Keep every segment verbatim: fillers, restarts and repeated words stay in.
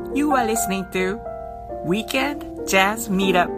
You are listening to Weekend Jazz Meetup.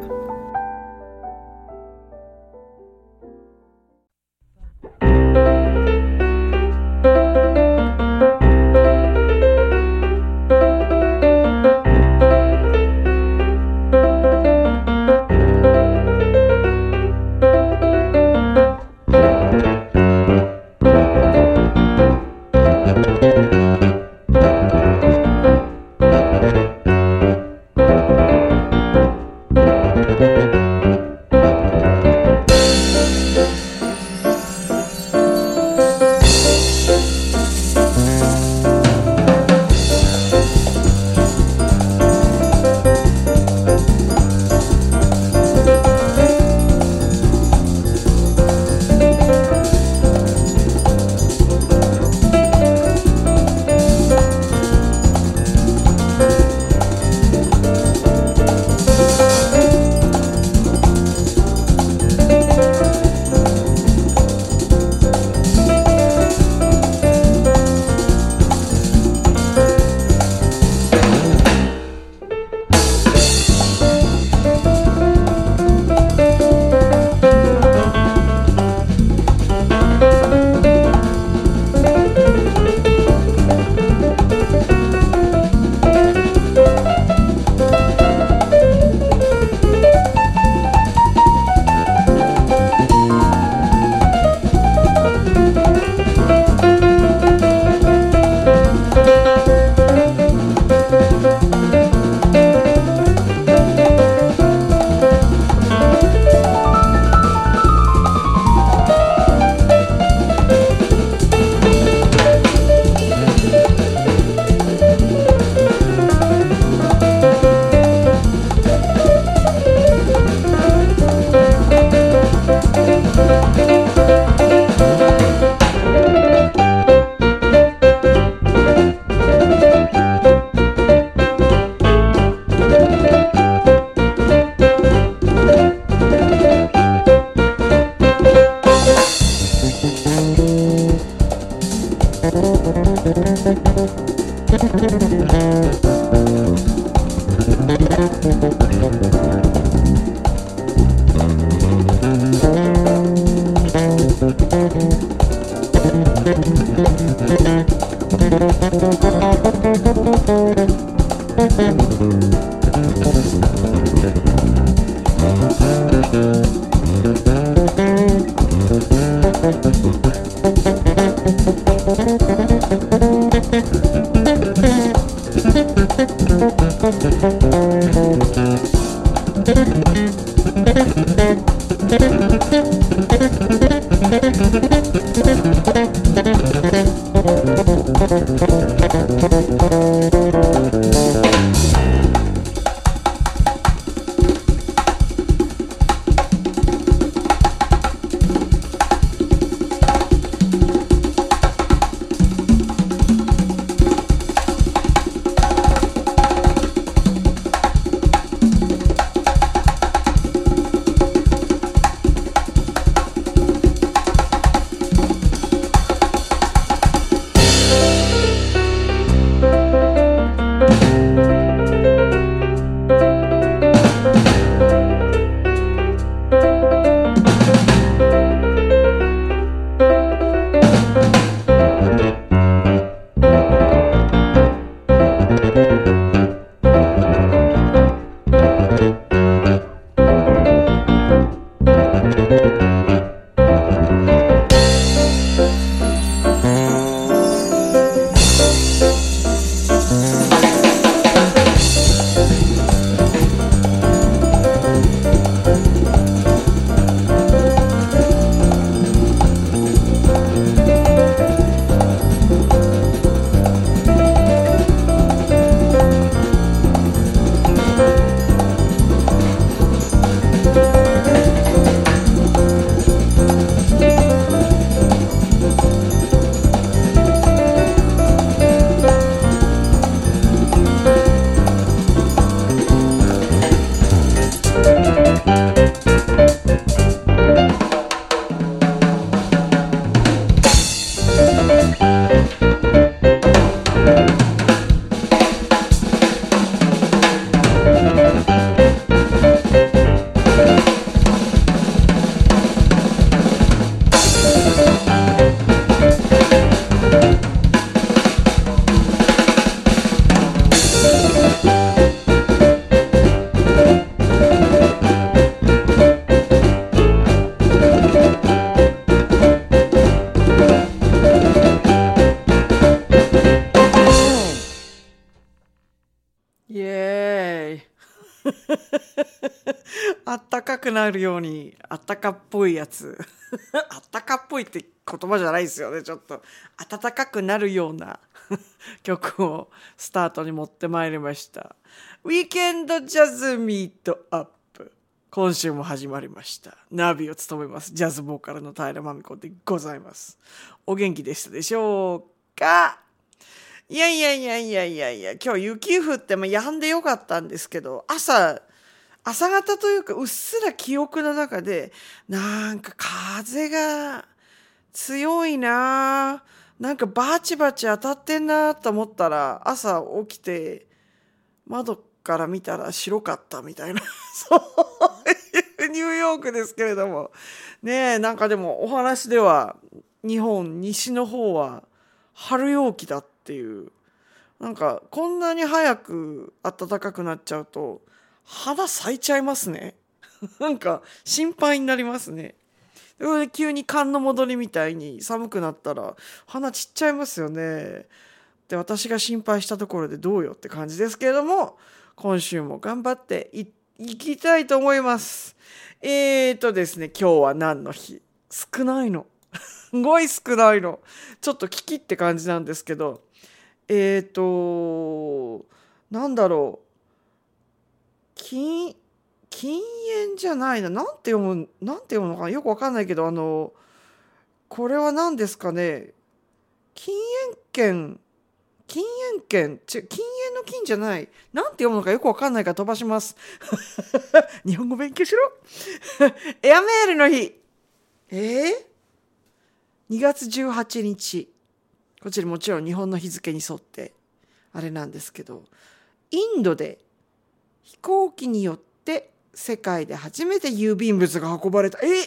あったかくなるように、あったかっぽいやつ。あったかっぽいって言葉じゃないですよね。ちょっと暖かくなるような曲をスタートに持ってまいりました。ウィーケンドジャズミートアップ。今週も始まりました。ナビを務めます。ジャズボーカルの平真美子でございます。お元気でしたでしょうか？いやいやいやいやいやいや、今日雪降ってまあ止んでよかったんですけど、朝、朝方というかうっすら記憶の中で、なんか風が強いな、なんかバチバチ当たってんなと思ったら、朝起きて窓から見たら白かったみたいな、そういうニューヨークですけれども。ねえ、なんかでもお話では、日本西の方は春陽気だっていう、なんかこんなに早く暖かくなっちゃうと花咲いちゃいますね。なんか心配になりますね。で急に寒の戻りみたいに寒くなったら花散っちゃいますよね。で私が心配したところでどうよって感じですけれども、今週も頑張ってい、いきたいと思います。えーとですね、今日は何の日？少ないの。すごい少ないの。ちょっと危機って感じなんですけど、えーと、なんだろう。禁、禁煙じゃないな。なんて読む、なんて読むのかな、よくわかんないけど、あの、これは何ですかね。禁煙権、禁煙権、ち禁煙の禁じゃない。なんて読むのかよくわかんないから飛ばします。日本語勉強しろ。エアメールの日。えー、にがつじゅうはちにち。こちらもちろん日本の日付に沿ってあれなんですけど、インドで飛行機によって世界で初めて郵便物が運ばれた。え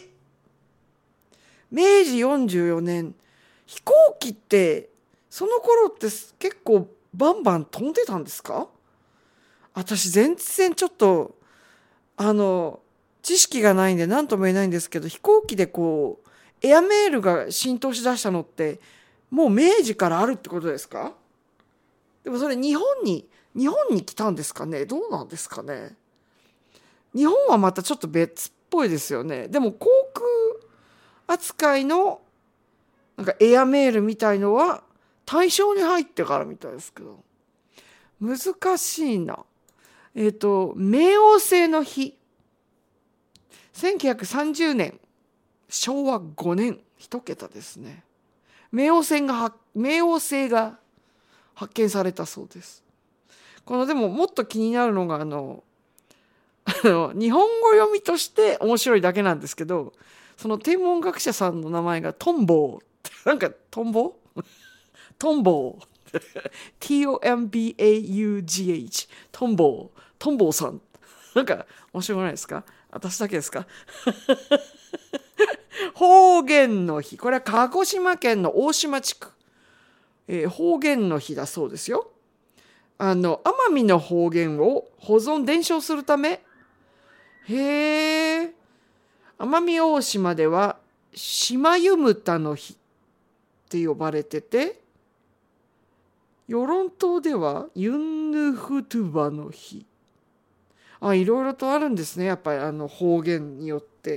めいじよんじゅうよねん、飛行機ってその頃って結構バンバン飛んでたんですか？私全然ちょっとあの知識がないんで何とも言えないんですけど、飛行機でこうエアメールが浸透しだしたのってもう明治からあるってことですか？でもそれ日本に日本に来たんですかね？どうなんですかね？日本はまたちょっと別っぽいですよね。でも航空扱いのなんかエアメールみたいのは対象に入ってからみたいですけど、難しいな。えっと冥王星の日、せんきゅうひゃくさんじゅうねん、しょうわごねん、一桁ですね。冥王星が冥王星が発見されたそうです。このでももっと気になるのがあのあの日本語読みとして面白いだけなんですけど、その天文学者さんの名前がトンボー、なんかトンボトンボーティーオーエムビーエーユージーエイチ トンボートンボーさん、なんか面白くないですか？私だけですか？方言の日、これは鹿児島県の大島地区、えー、方言の日だそうですよ。あの奄美の方言を保存伝承するため、へえ、奄美大島では島湯むたの日って呼ばれてて、与論島ではユンヌフトゥバの日。あ、いろいろとあるんですね、やっぱりあの方言によって。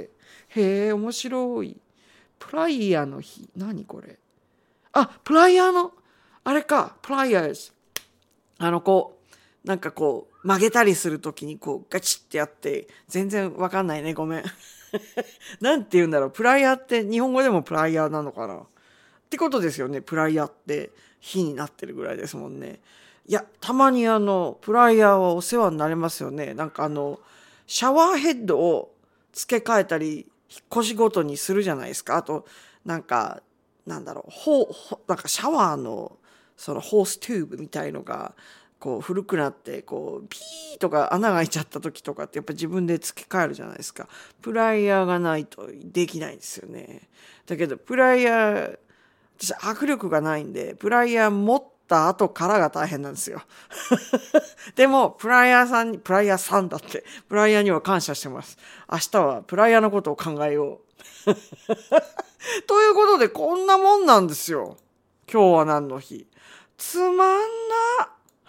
へえ、面白い。プライヤーの日、何これ？あ、プライヤーのあれか、プライヤーズ、あのこうなんかこう曲げたりするときにこうガチってやって、全然わかんないね、ごめん。なんて言うんだろう、プライヤーって日本語でもプライヤーなのかなってことですよね。プライヤーって火になってるぐらいですもんね。いや、たまにあのプライヤーはお世話になりますよね。なんかあのシャワーヘッドを付け替えたり引っ越しごとにするじゃないですか。あとなんかなんだろう、ほなんかシャワーのそのホーステューブみたいのがこう古くなってこうピーとか穴が開いちゃった時とかってやっぱ自分で付け替えるじゃないですか。プライヤーがないとできないんですよね。だけどプライヤー、私握力がないんでプライヤー持った後からが大変なんですよ。でもプライヤーさんにプライヤーさんだってプライヤーには感謝してます。明日はプライヤーのことを考えよう。ということでこんなもんなんですよ。今日は何の日？つまんな。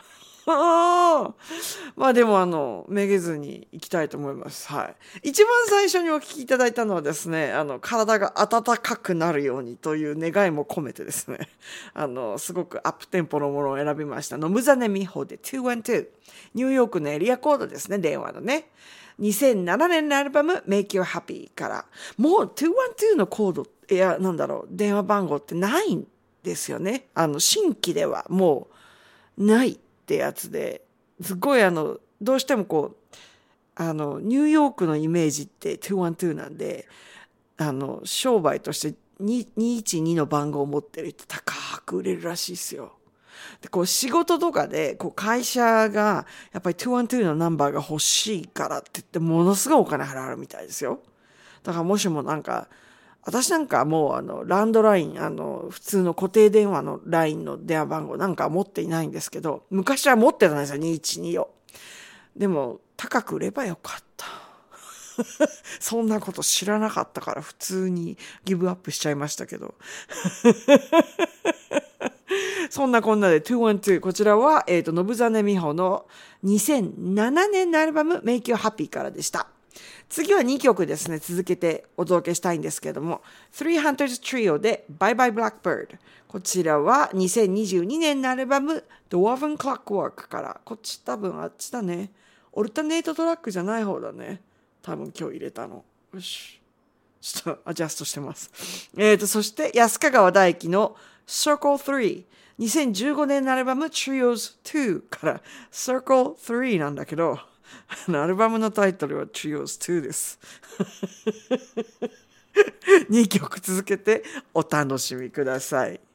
まあでもあのめげずにいきたいと思います。はい。一番最初にお聞きいただいたのはですね、あの体が温かくなるようにという願いも込めてですね、あのすごくアップテンポのものを選びました。野村根美穂でにひゃくじゅうに、ニューヨークのエリアコードですね、電話のね。にせんななねんのアルバム Make You Happy から、もうにひゃくじゅうにのコード、いやなんだろう、電話番号ってないんですよね。あの新規ではもうないってやつで、すごいあのどうしてもこうあのニューヨークのイメージってにひゃくじゅうになんで、あの商売としてにひゃくじゅうにの番号を持ってる人高く売れるらしいですよ。でこう仕事とかでこう会社がやっぱりにひゃくじゅうにのナンバーが欲しいからって言ってものすごいお金払うみたいですよ。だからもしもなんか私なんかもうあのランドライン、あの普通の固定電話のラインの電話番号なんか持っていないんですけど、昔は持ってたんですよ、にひゃくじゅうにを。でも高く売ればよかった。そんなこと知らなかったから普通にギブアップしちゃいましたけど。そんなこんなでにひゃくじゅうに、こちらは、えっと、野沢根美穂のにせんななねんのアルバム Make You Happy からでした。次はにきょくですね、続けてお届けしたいんですけれども、スリーハンターズ Trio で Bye Bye Blackbird。こちらはにせんにじゅうにねんのアルバム Dwarven Clockwork から、こっち多分あっちだね。オルタネートトラックじゃない方だね。多分今日入れたの。よし。ちょっとアジャストしてます。えっと、そして安川大輝の Circle スリー。にせんじゅうごねんのアルバム Trios にから Circle スリーなんだけど、アルバムのタイトルは Trios にです。にきょく続けてお楽しみください。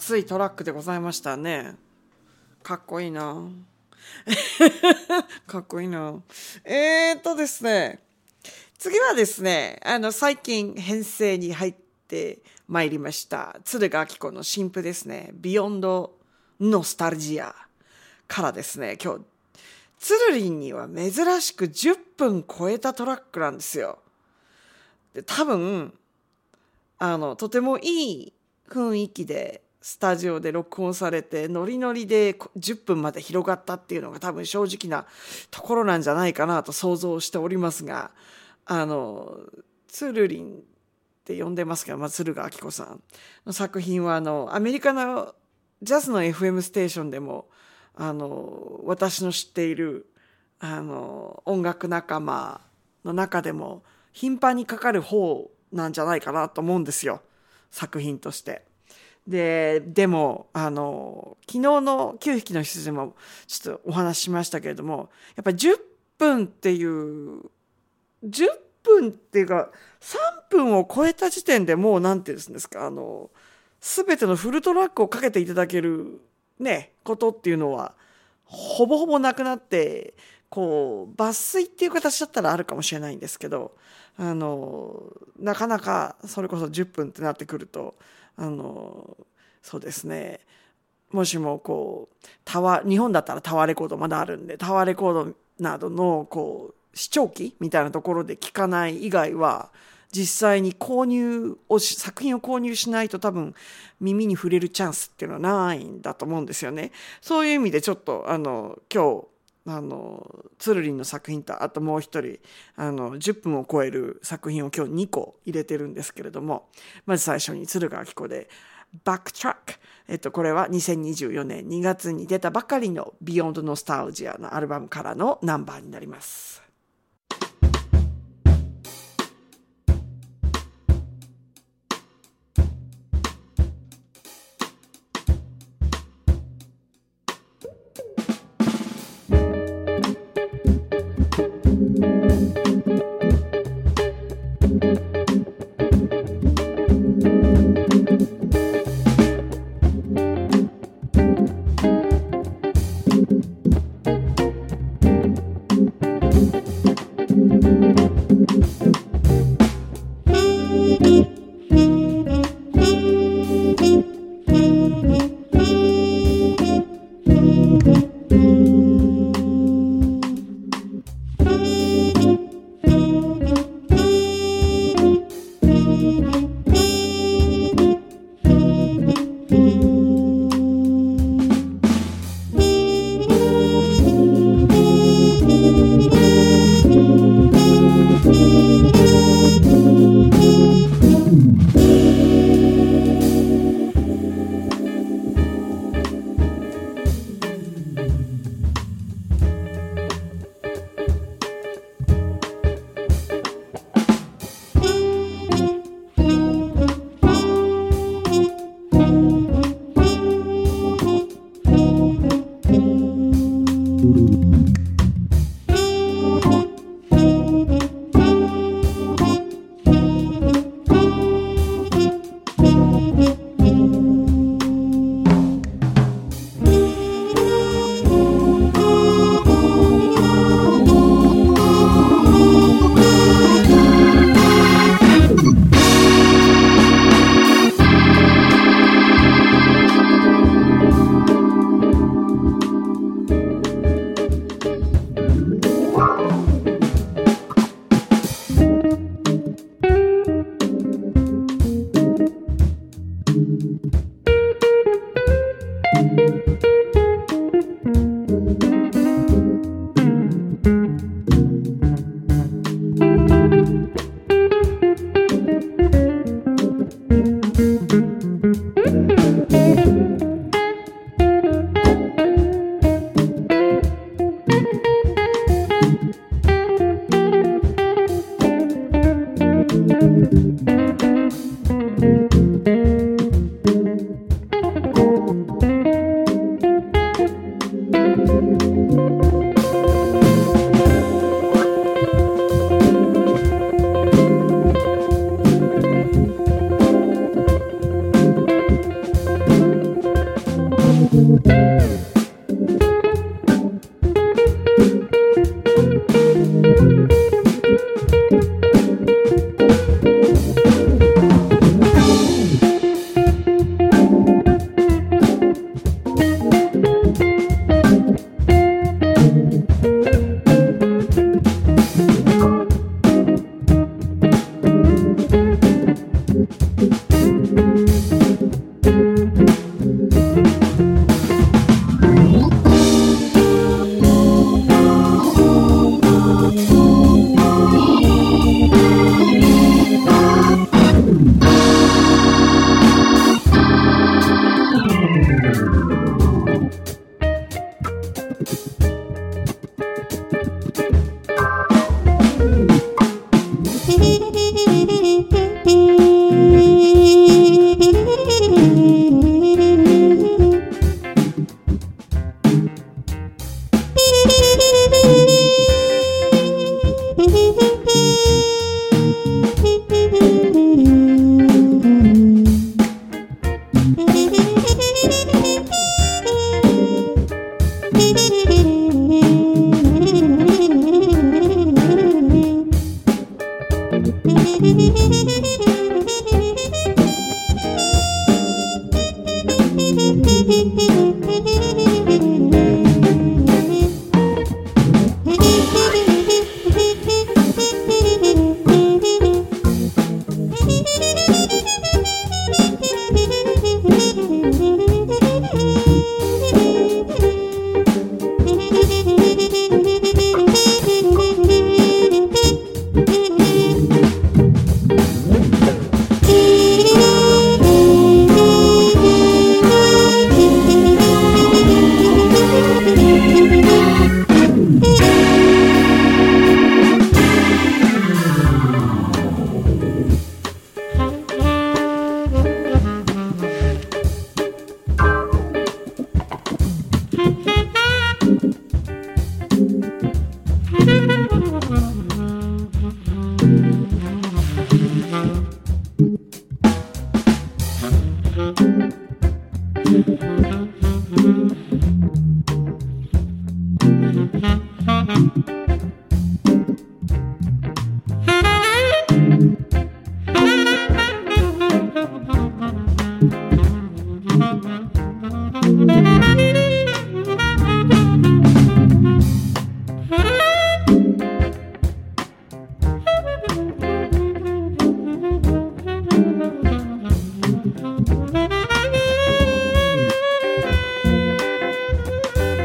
熱いトラックでございましたね。かっこいいなかっこいいなえーっとですね次はですねあの最近編成に入ってまいりました敦賀晃子の新譜ですね、ビヨンドノスタルジアからですね。今日つるりんには珍しくじゅっぷん超えたトラックなんですよ。で多分あのとてもいい雰囲気でスタジオで録音されてノリノリでじゅっぷんまで広がったっていうのが多分正直なところなんじゃないかなと想像しておりますが、あのつるりんって呼んでますけど、まあ、敦賀晃子さんの作品はあのアメリカのジャズの エフエム ステーションでもあの私の知っているあの音楽仲間の中でも頻繁にかかる方なんじゃないかなと思うんですよ、作品として。で、でもあの昨日のきゅうひきの羊もちょっとお話ししましたけれども、やっぱりじゅっぷんっていうじゅっぷんっていうかさんぷんを超えた時点でもうなんていうんですか、あの全てのフルトラックをかけていただけるねことっていうのはほぼほぼなくなって、こう抜粋っていう形だったらあるかもしれないんですけど、あのなかなかそれこそじゅっぷんってなってくるとあのそうですね、もしもこうタワ日本だったらタワーレコードまだあるんで、タワーレコードなどのこう視聴器みたいなところで聞かない以外は実際に購入をし作品を購入しないと多分耳に触れるチャンスっていうのはないんだと思うんですよね。そういう意味でちょっとあの今日あのつるりんの作品とあともう一人あのじゅっぷんを超える作品を今日にこ入れてるんですけれども、まず最初に敦賀晃子でバックトラック、えっと、これはにせんにじゅうよねんにがつに出たばかりのビヨンドノスタルジアのアルバムからのナンバーになります。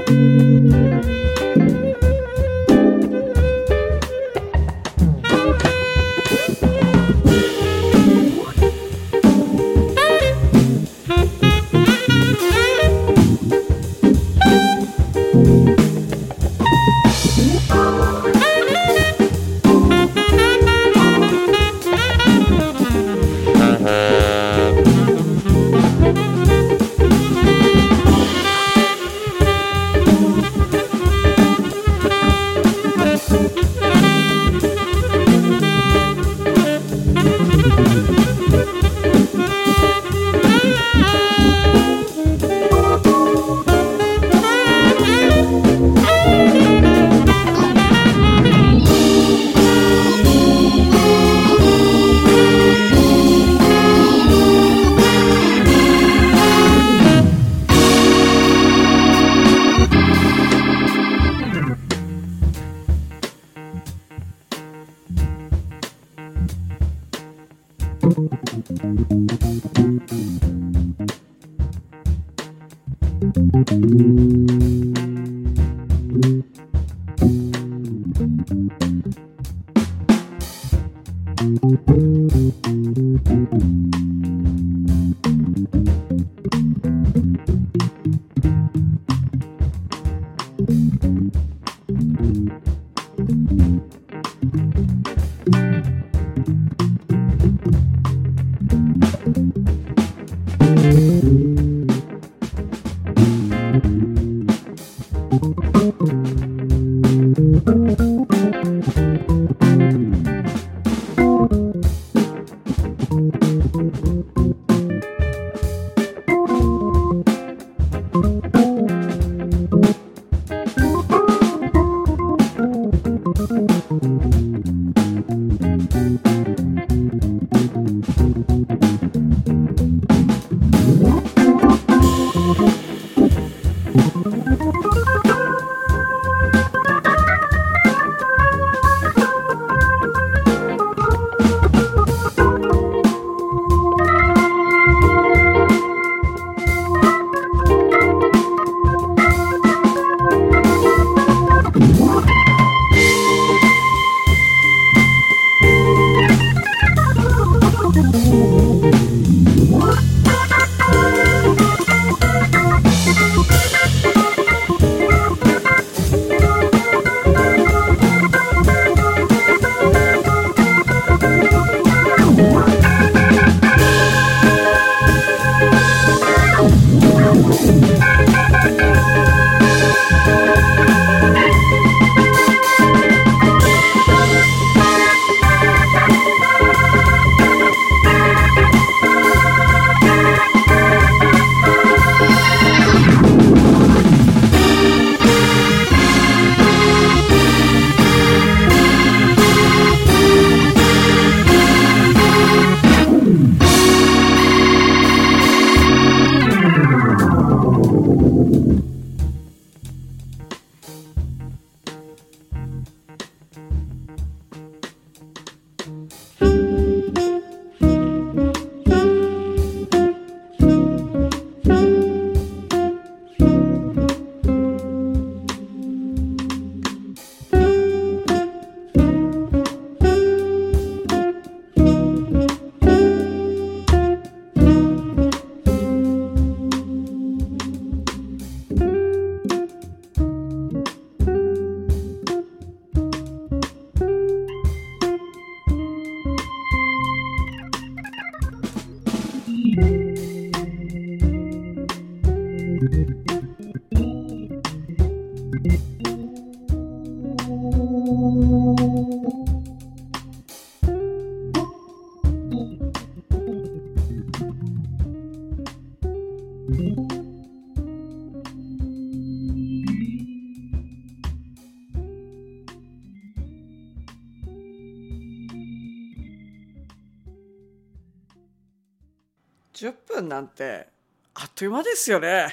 じゅっぷんなんてあっという間ですよね。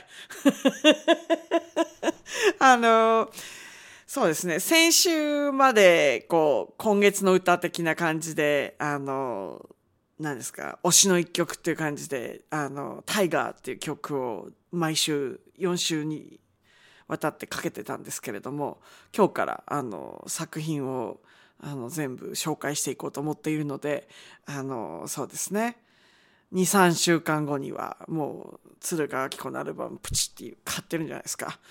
あのそうですね、先週までこう今月の歌的な感じであの何ですか、推しの一曲っていう感じであのタイガーっていう曲を毎週よん週にわたってかけてたんですけれども、今日からあの作品をあの全部紹介していこうと思っているので、あのそうですね、にさんしゅうかんごにはもう鶴ヶ明子のアルバムプチっていう買ってるんじゃないですか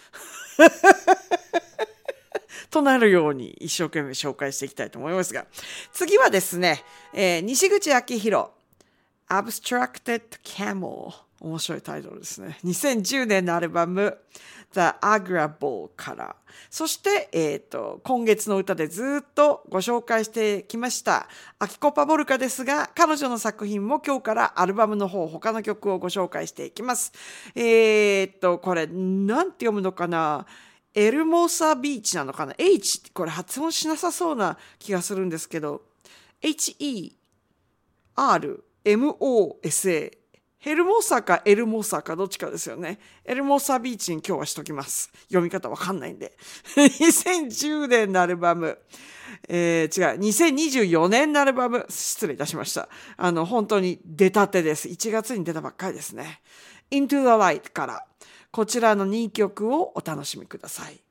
となるように一生懸命紹介していきたいと思いますが、次はですね、えー、西口昭弘 Abstracted Camel、 面白いタイトルですね。にせんじゅうねんのアルバム The Agreeable から、そして、えーと、今月の歌でずっとご紹介してきましたアキコ・パボルカですが、彼女の作品も今日からアルバムの方、他の曲をご紹介していきます。えーとこれなんて読むのかな、エルモサビーチなのかな、 H ってこれ発音しなさそうな気がするんですけど、 エイチイーアールエムオーエスエー、ヘルモサかエルモサかどっちかですよね。エルモサビーチに今日はしときます。読み方わかんないんでにせんじゅうねんのアルバム、えー、違うにせんにじゅうよねんのアルバム、失礼いたしました。あの本当に出たてです。いちがつに出たばっかりですね。 Into the Light からこちらのにきょくをお楽しみください。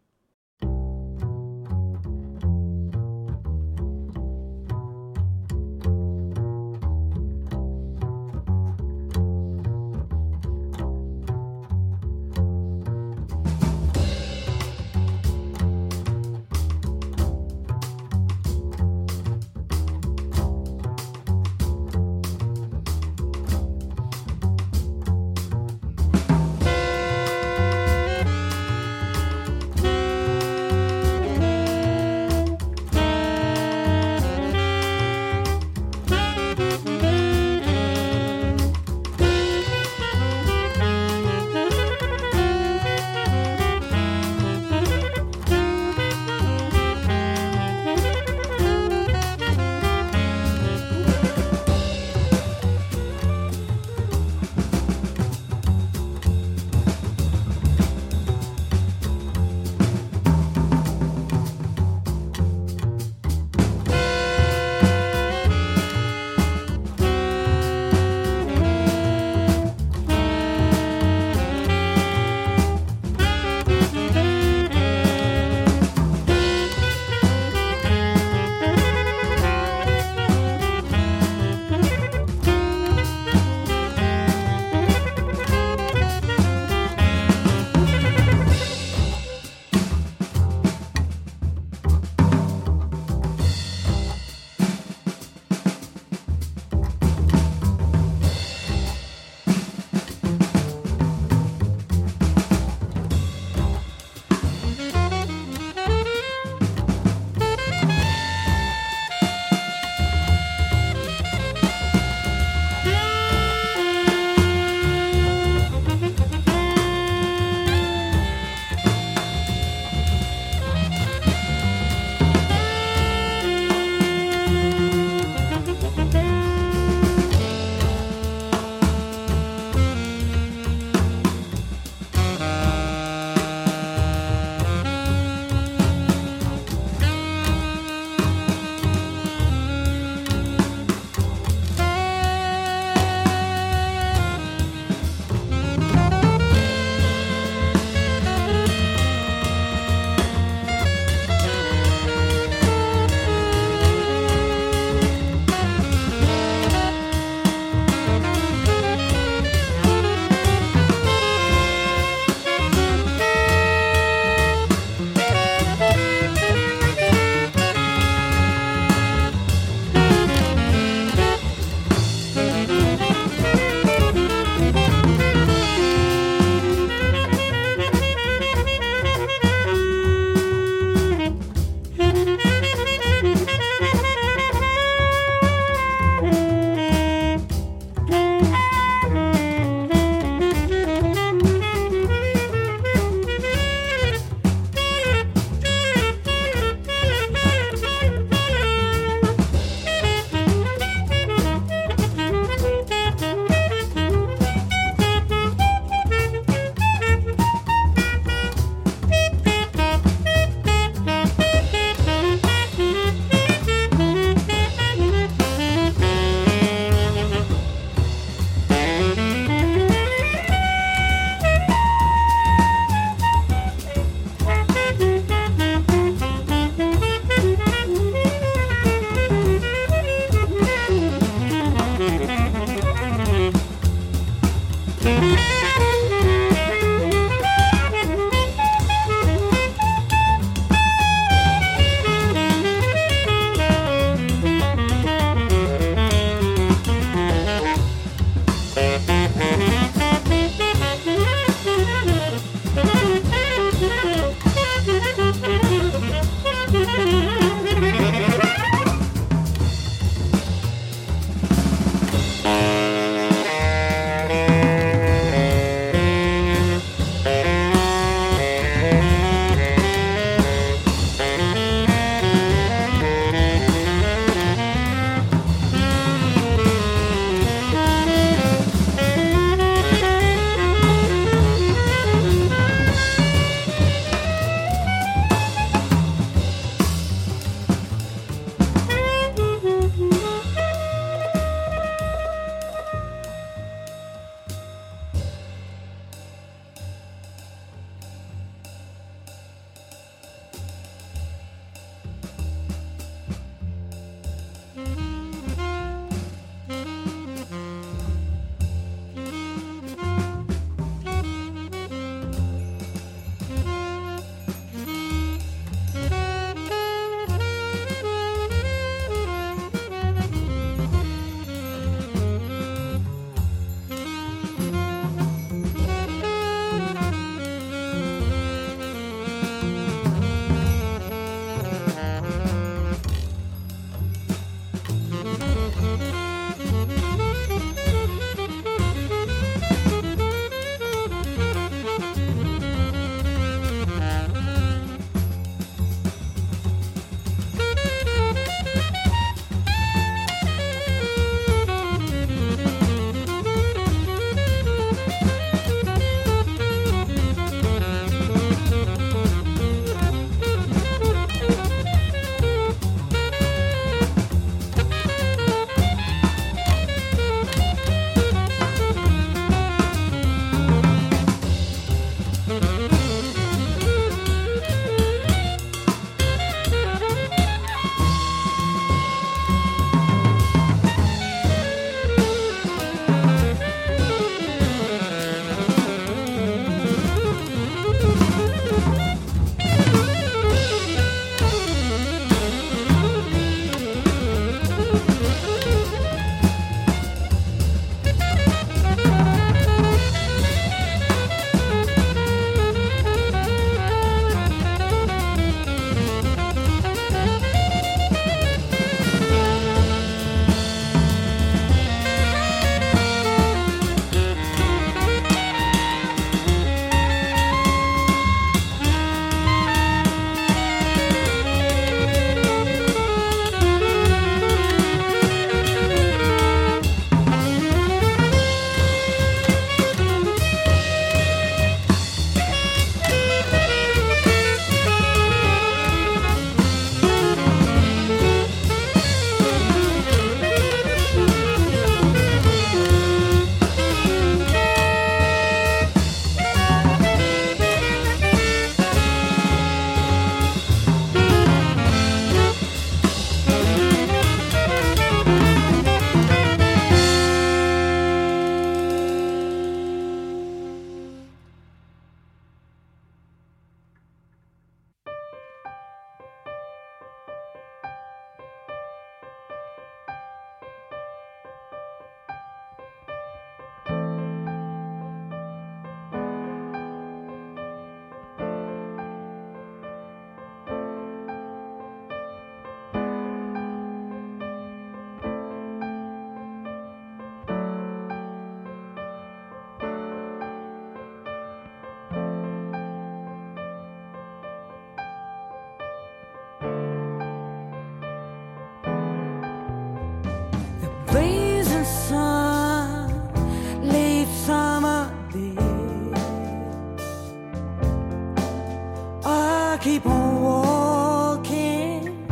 keep on walking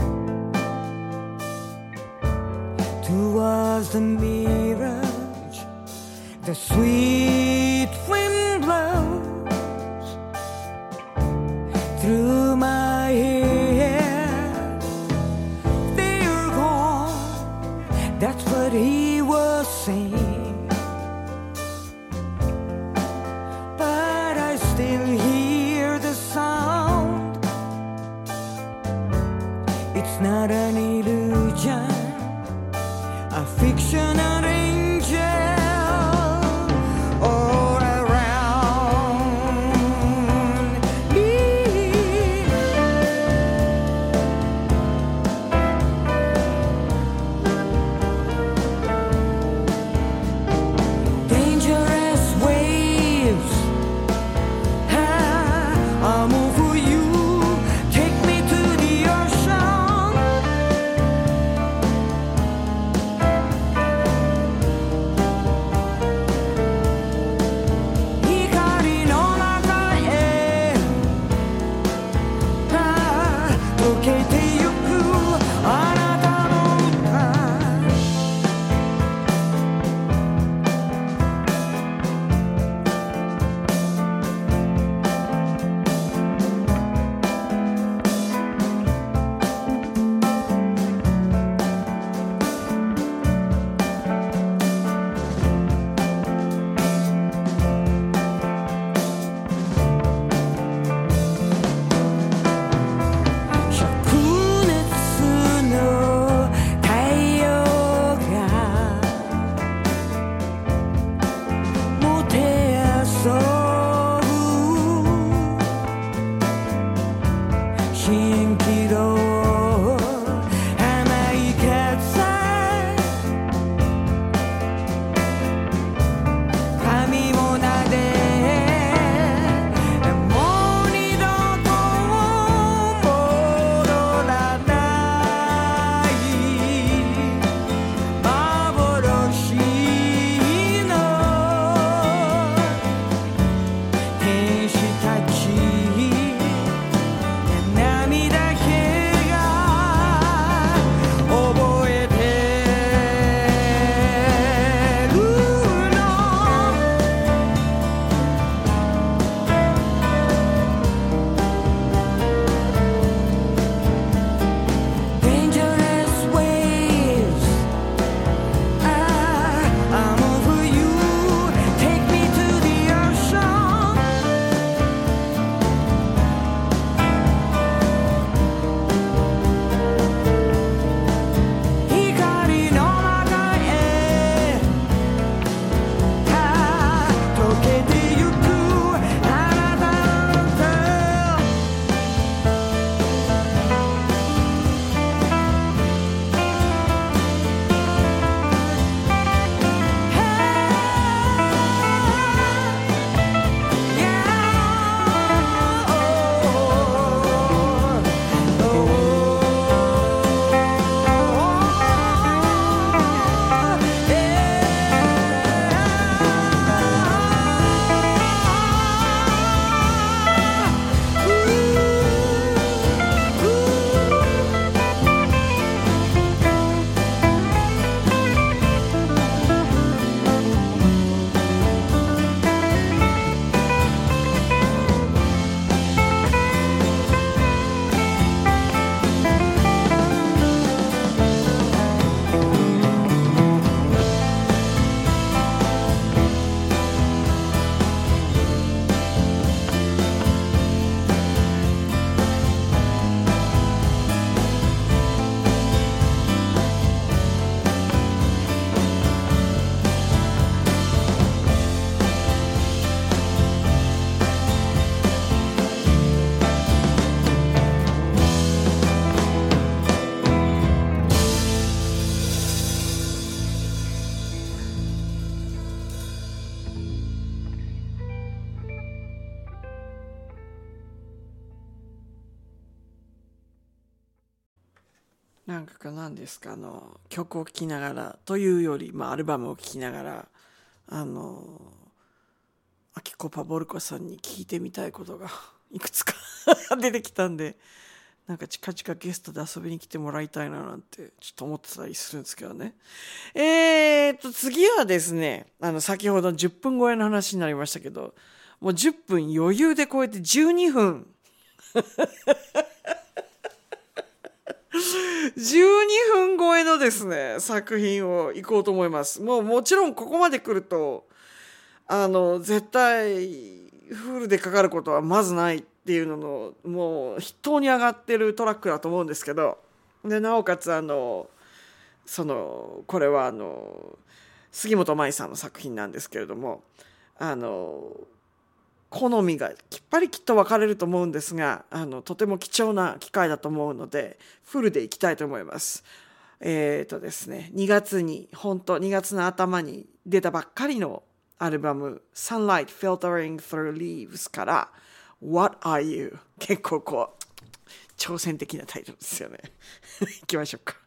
towards the mirage. The sweet wind blows through my hair. They're gone, that's what he was saying. But I still hear the sound. It's not an illusion, a fictional angel all around me. Dangerous waves, ah, I'm over you. Take me to the ocean. Hikari no nakaへ、ああ、溶けてゆくあなたの歌。灼熱の太陽がもてあそぶ蜃気楼、甘い風、髪もなでもう二度と戻らない幻の天使たち、涙気が覚えてるの。Dangerous waves, ah, I'm over you. Take me to the ocean. Hikari no nakaへ、ああ、溶けてゆくあなたの歌。 なんか何ですか、あの曲を聴きながらというより、まあ、アルバムを聴きながら、あのアキコ・パボルコさんに聞いてみたいことがいくつか出てきたんで、なんか近々ゲストで遊びに来てもらいたいななんてちょっと思ってたりするんですけどね。えーと次はですね、あの先ほどじゅっぷん超えの話になりましたけど、もうじゅっぷん余裕で超えてじゅうにふんじゅうにふん超えのですね作品を行こうと思います。もうもちろんここまで来るとあの絶対フルでかかることはまずないっていうののもう筆頭に上がってるトラックだと思うんですけど、でなおかつあのそのこれはあの杉本舞さんの作品なんですけれども、あの好みがきっぱりきっと分かれると思うんですが、あのとても貴重な機会だと思うのでフルでいきたいと思います。えっとですねにがつに本当にがつの頭に出たばっかりのアルバム Sunlight Filtering Through Leaves から What Are You、 結構こう挑戦的なタイトルですよねいきましょうか。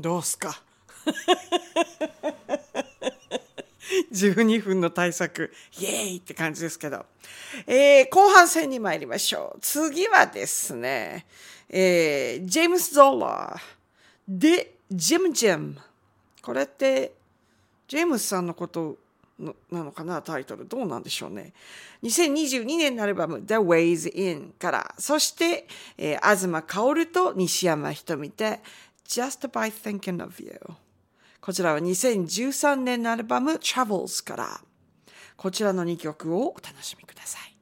どうすかじゅうにふんの対策イエーイって感じですけど、えー、後半戦に参りましょう。次はですね、えー、ジェームス・ゾーラーでジムジム。これってジェームスさんのことのなのかな、タイトルどうなんでしょうね。にせんにじゅうにねんのアルバム The Ways In から、そして、えー、東薫と西山ひとみで Just by Thinking of You。こちらはにせんじゅうさんねんのアルバム Travels から、こちらのにきょくをお楽しみください。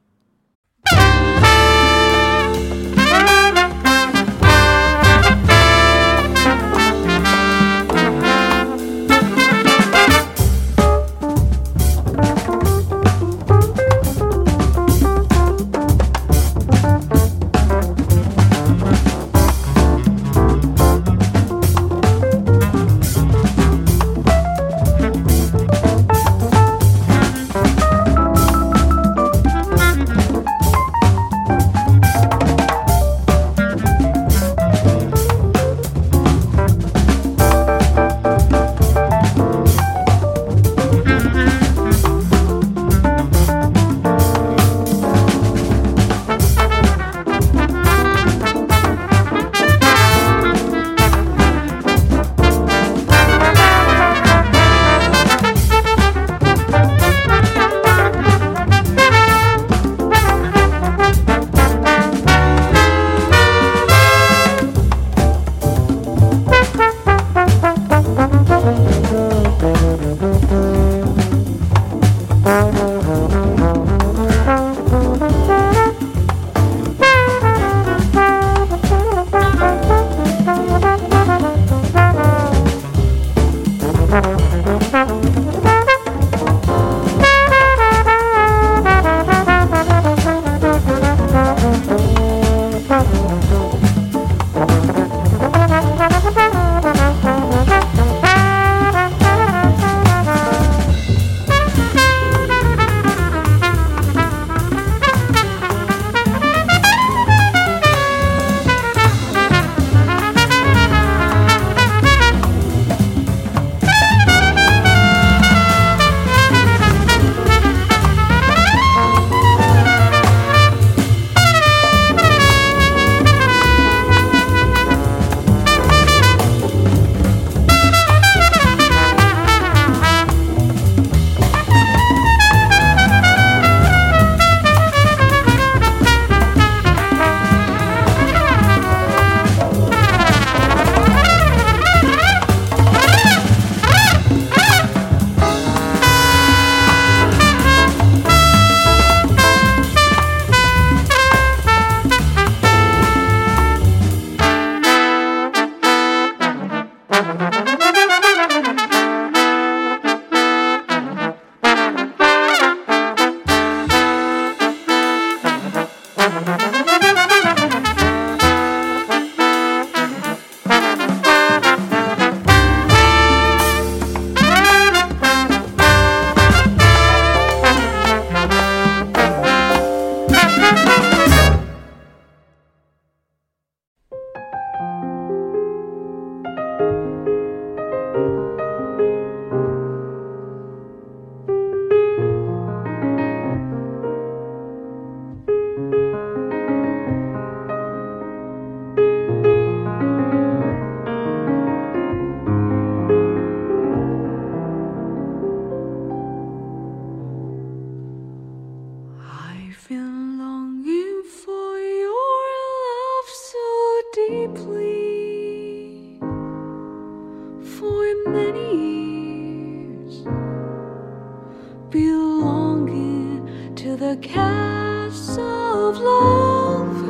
The castle of love,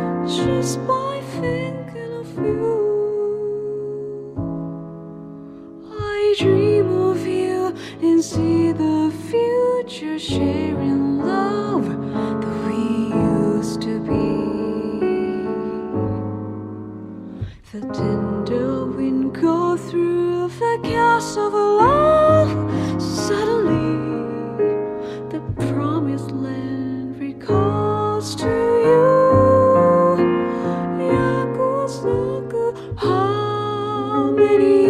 just by thinking of you. I dream of you and see the future, sharing love that we used to be. The tender wind go through the castle of love. Suddenly the promised land recalls to you. Yakuzaku, how many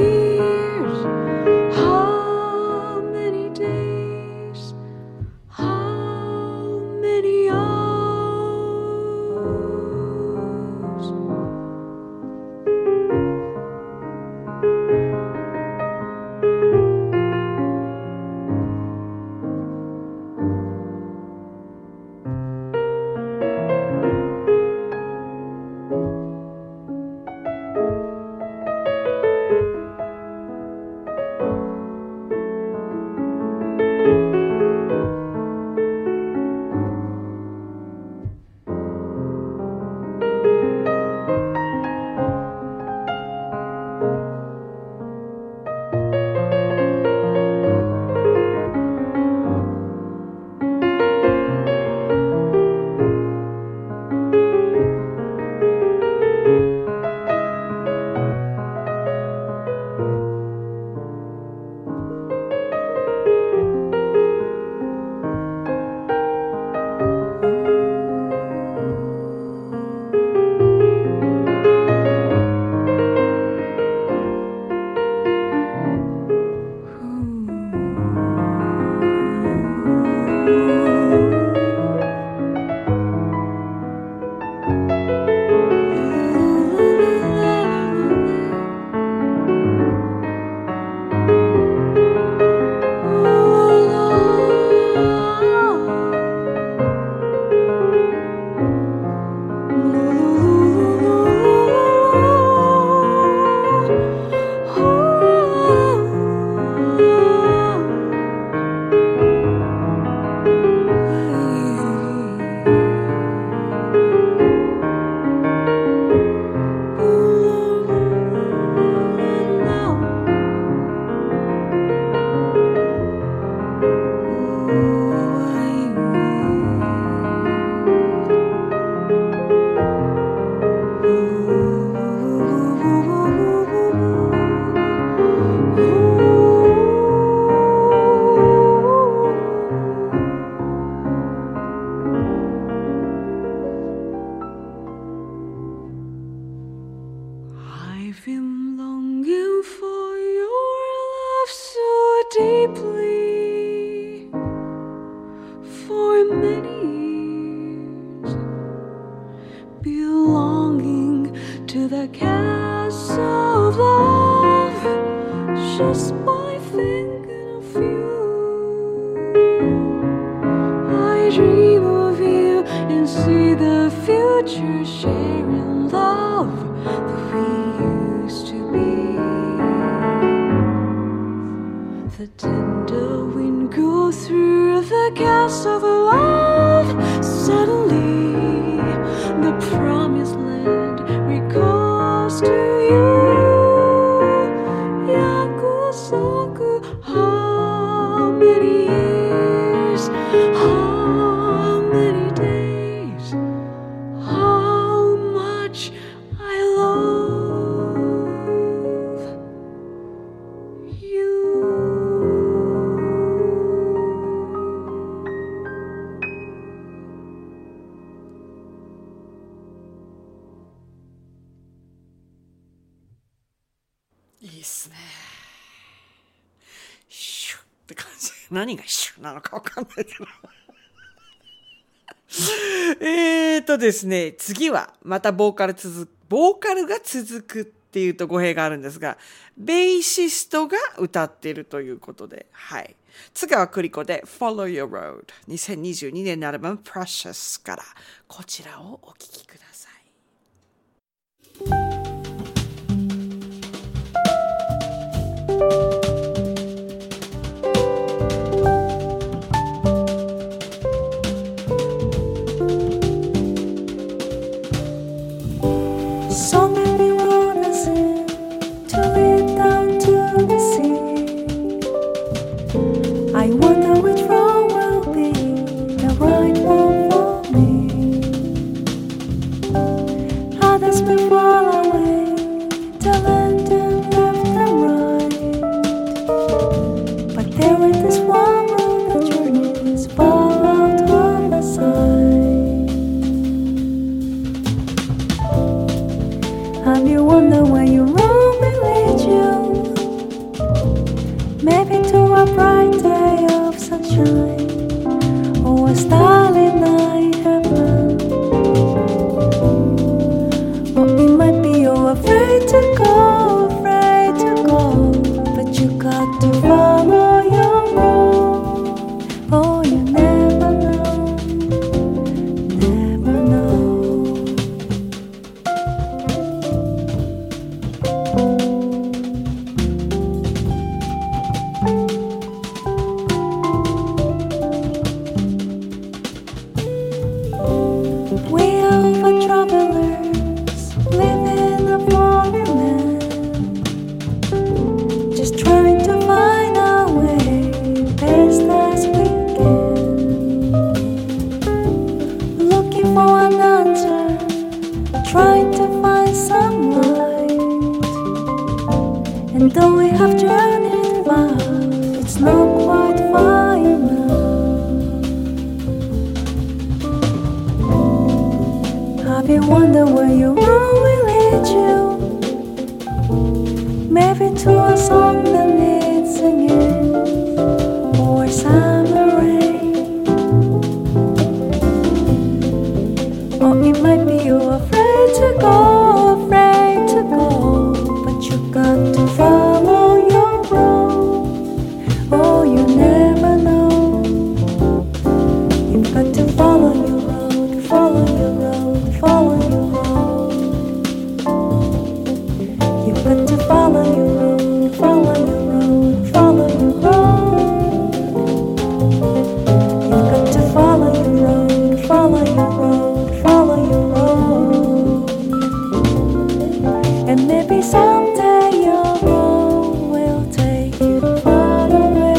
go through the gates of love. Suddenly, the promised land recalls to you. 約束 How many years? How many days? How much I love you. いいっすね。シュッって感じ。何がシュッなのかわかんないけど。えーとですね、次はまたボーカル続く、ボーカルが続くっていうと語弊があるんですが、ベーシストが歌っているということで、はい。津川栗子で Follow Your Road。にせんにじゅうにねんのアルバム Precious からこちらをお聴きください。 So many roads to lead down to the sea. I wonder which road will be the right one for me. Others may fall away, the land and left and right. But there is this one road, the journey is far out on the side. Have you wonder where your road will lead you? Maybe to a bright day of sunshine, or a starlit night heaven. Or it might be you're afraid to go, afraid to go, but you got to follow your road. Oh, you never know, never know. We are for travelers living a foreign land, just trying to find our way best as we can. Looking for an answer, trying to find some light. And though we have journeyed far, it's not quite far enough. Have you wondered where your road will lead you? Maybe to a song that needs singing, or summer rain. Or it might be you're afraid to go, afraid to go, but you got to follow your road. Oh, you never know. You've got to follow your road, follow your road, follow your road. You've got to follow your road, follow your road, follow your road. You've got to follow your road, follow your road, follow your road. And maybe someday your road will take you far away.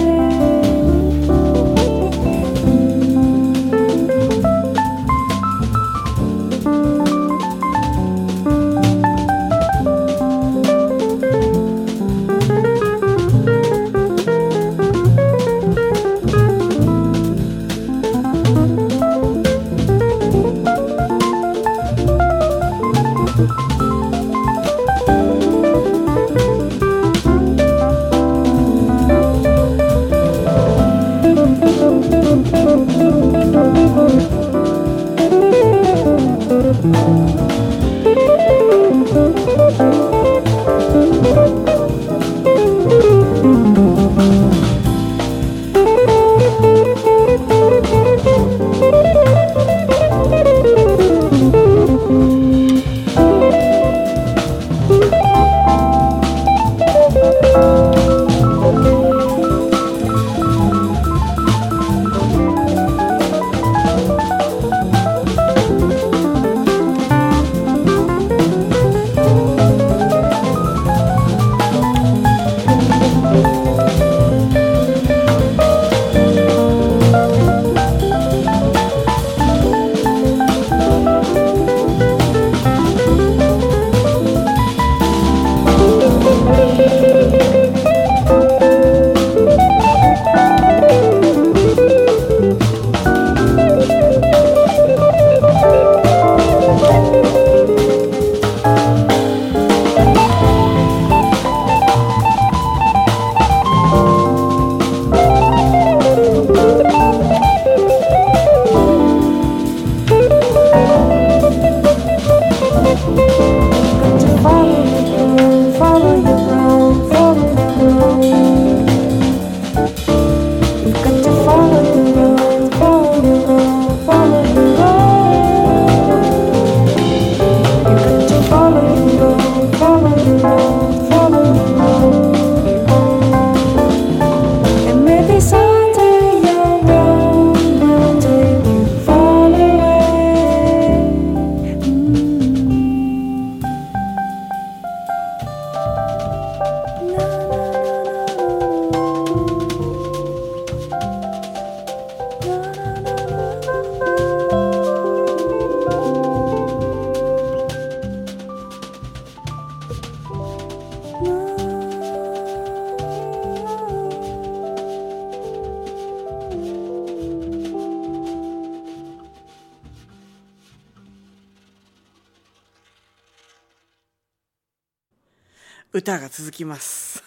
歌が続きます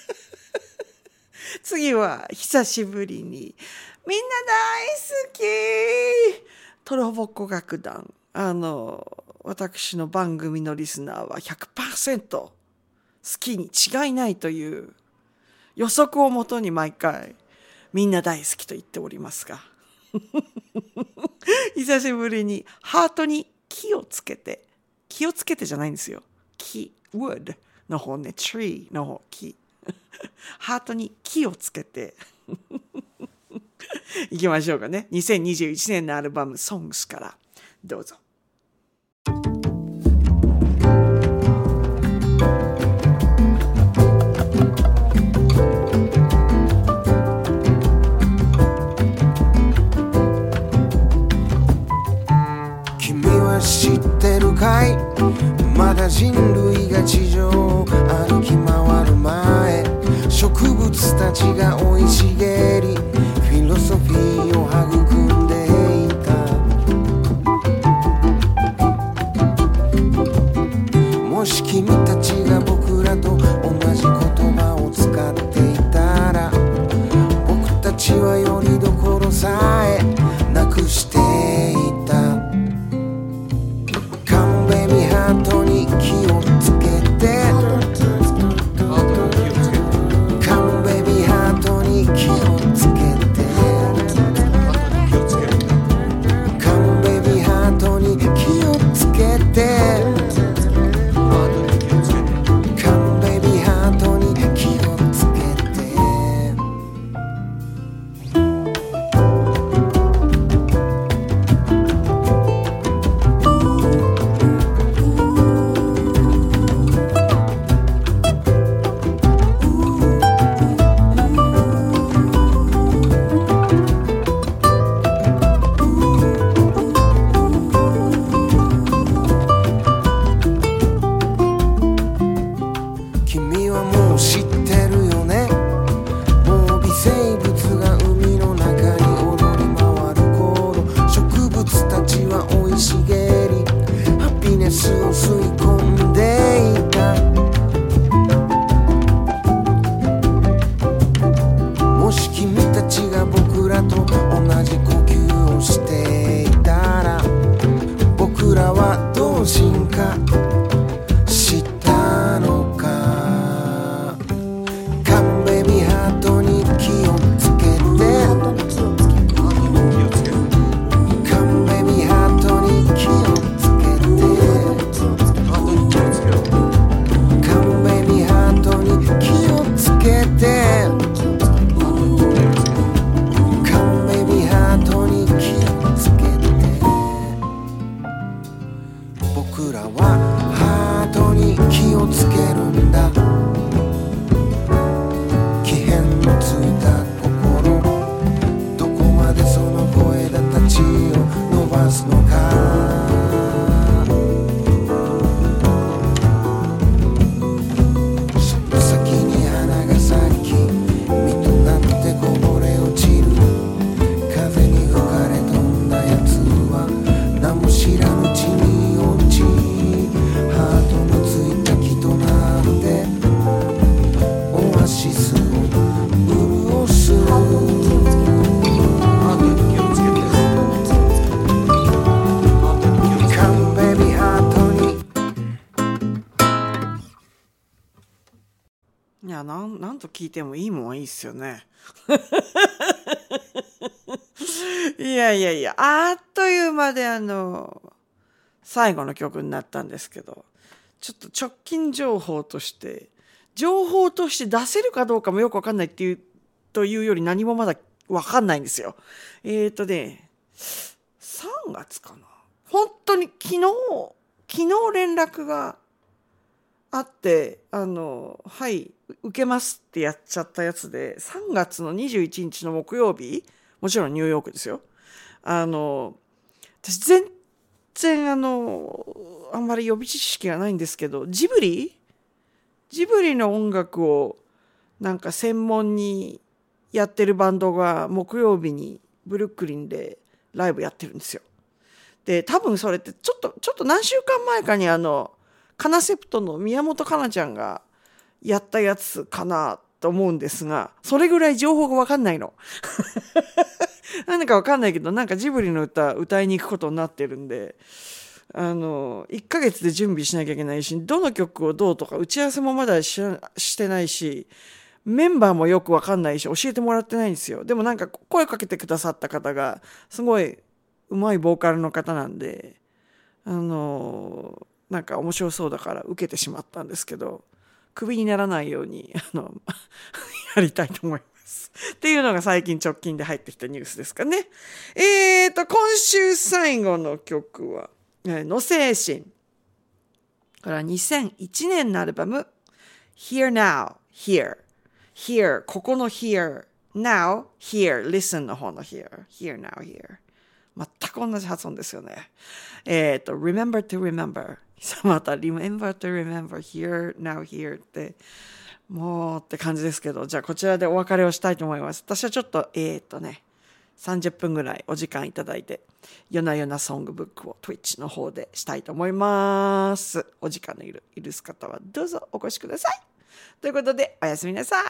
次は久しぶりにみんな大好きトロボコ楽団。あの私の番組のリスナーは ひゃくパーセント 好きに違いないという予測をもとに毎回みんな大好きと言っておりますが久しぶりにハートに気をつけて、気をつけてじゃないんですよ、木 wood の方ね、 tree の方、木ハートに気をつけていきましょうかね。にせんにじゅういちねんのアルバム Songs からどうぞ。 君は知ってるかい、まだ人類が地上を歩き回る前、植物たちが生い茂りフィロソフィーを育んでいた。もし君たちが僕らと同じ言葉を使っていたら、僕たちはよりどころさえなくしていた。カモベビハートに気をつけて、カモベビハートに気をつけて、カモベビハートに気をつけて、カモベビハートに気をつけて。君はもう知ってるよね、もう微生物が海の中に踊り回る頃、植物たちは生い茂りハピネスを吸い込んでいた。もし君たちが僕らと同じ呼吸をしていたら、僕らはどう進化したのか。カモベビハートに気をつけて、カモベビハートに気をつけて、カモベビハートに気をつけて、カモベビハートに気をつけて。僕らはハートに気をつけるんだ。気変のついた心、どこまでその声たちを伸ばすのか。その先に花が咲き、実となってこぼれ落ちる。風に吹かれ飛んだやつは何も知らぬうちに落ち、ハートのついた木となってオアシスを潤す。カモベビハートに。 いや、なん、なんと聞いてもいいもんはいいっすよね。いやいやいや、あっという間であの、最後の曲になったんですけど、ちょっと直近情報として、情報として出せるかどうかもよくわかんないっていう、というより何もまだわかんないんですよ。えーとね、さんがつかな。本当に昨日、昨日連絡があって、あの、はい、受けますってやっちゃったやつで、さんがつのにじゅういちにちの木曜日、もちろんニューヨークですよ。あの、私全然あの、あんまり予備知識がないんですけど、ジブリジブリの音楽をなんか専門にやってるバンドが木曜日にブルックリンでライブやってるんですよ。で、多分それってちょっと、ちょっと何週間前かにあの、カナセプトの宮本かなちゃんがやったやつかなと思うんですが、それぐらい情報がわかんないの。何かわかんないけど、なんかジブリの歌歌いに行くことになってるんで、あのいっかげつで準備しなきゃいけないし、どの曲をどうとか打ち合わせもまだししてないし、メンバーもよくわかんないし教えてもらってないんですよ。でもなんか声かけてくださった方がすごい上手いボーカルの方なんで、あのなんか面白そうだから受けてしまったんですけど、クビにならないようにあのやりたいと思います。っていうのが最近直近で入ってきたニュースですかね。えーと今週最後の曲はの精神。これはにせんいちねんのアルバム Here Now Here。Here ここの Here Now Here Listen の方の Here Here Now Here 全く同じ発音ですよね。えっと Remember to Remember また Remember to Remember Here Now Here ってもうって感じですけど、じゃあこちらでお別れをしたいと思います。私はちょっとえっとねさんじゅっぷんぐらいお時間いただいて、夜な夜なソングブックを Twitch の方でしたいと思います。お時間のいるいる方はどうぞお越しください。ということでおやすみなさい。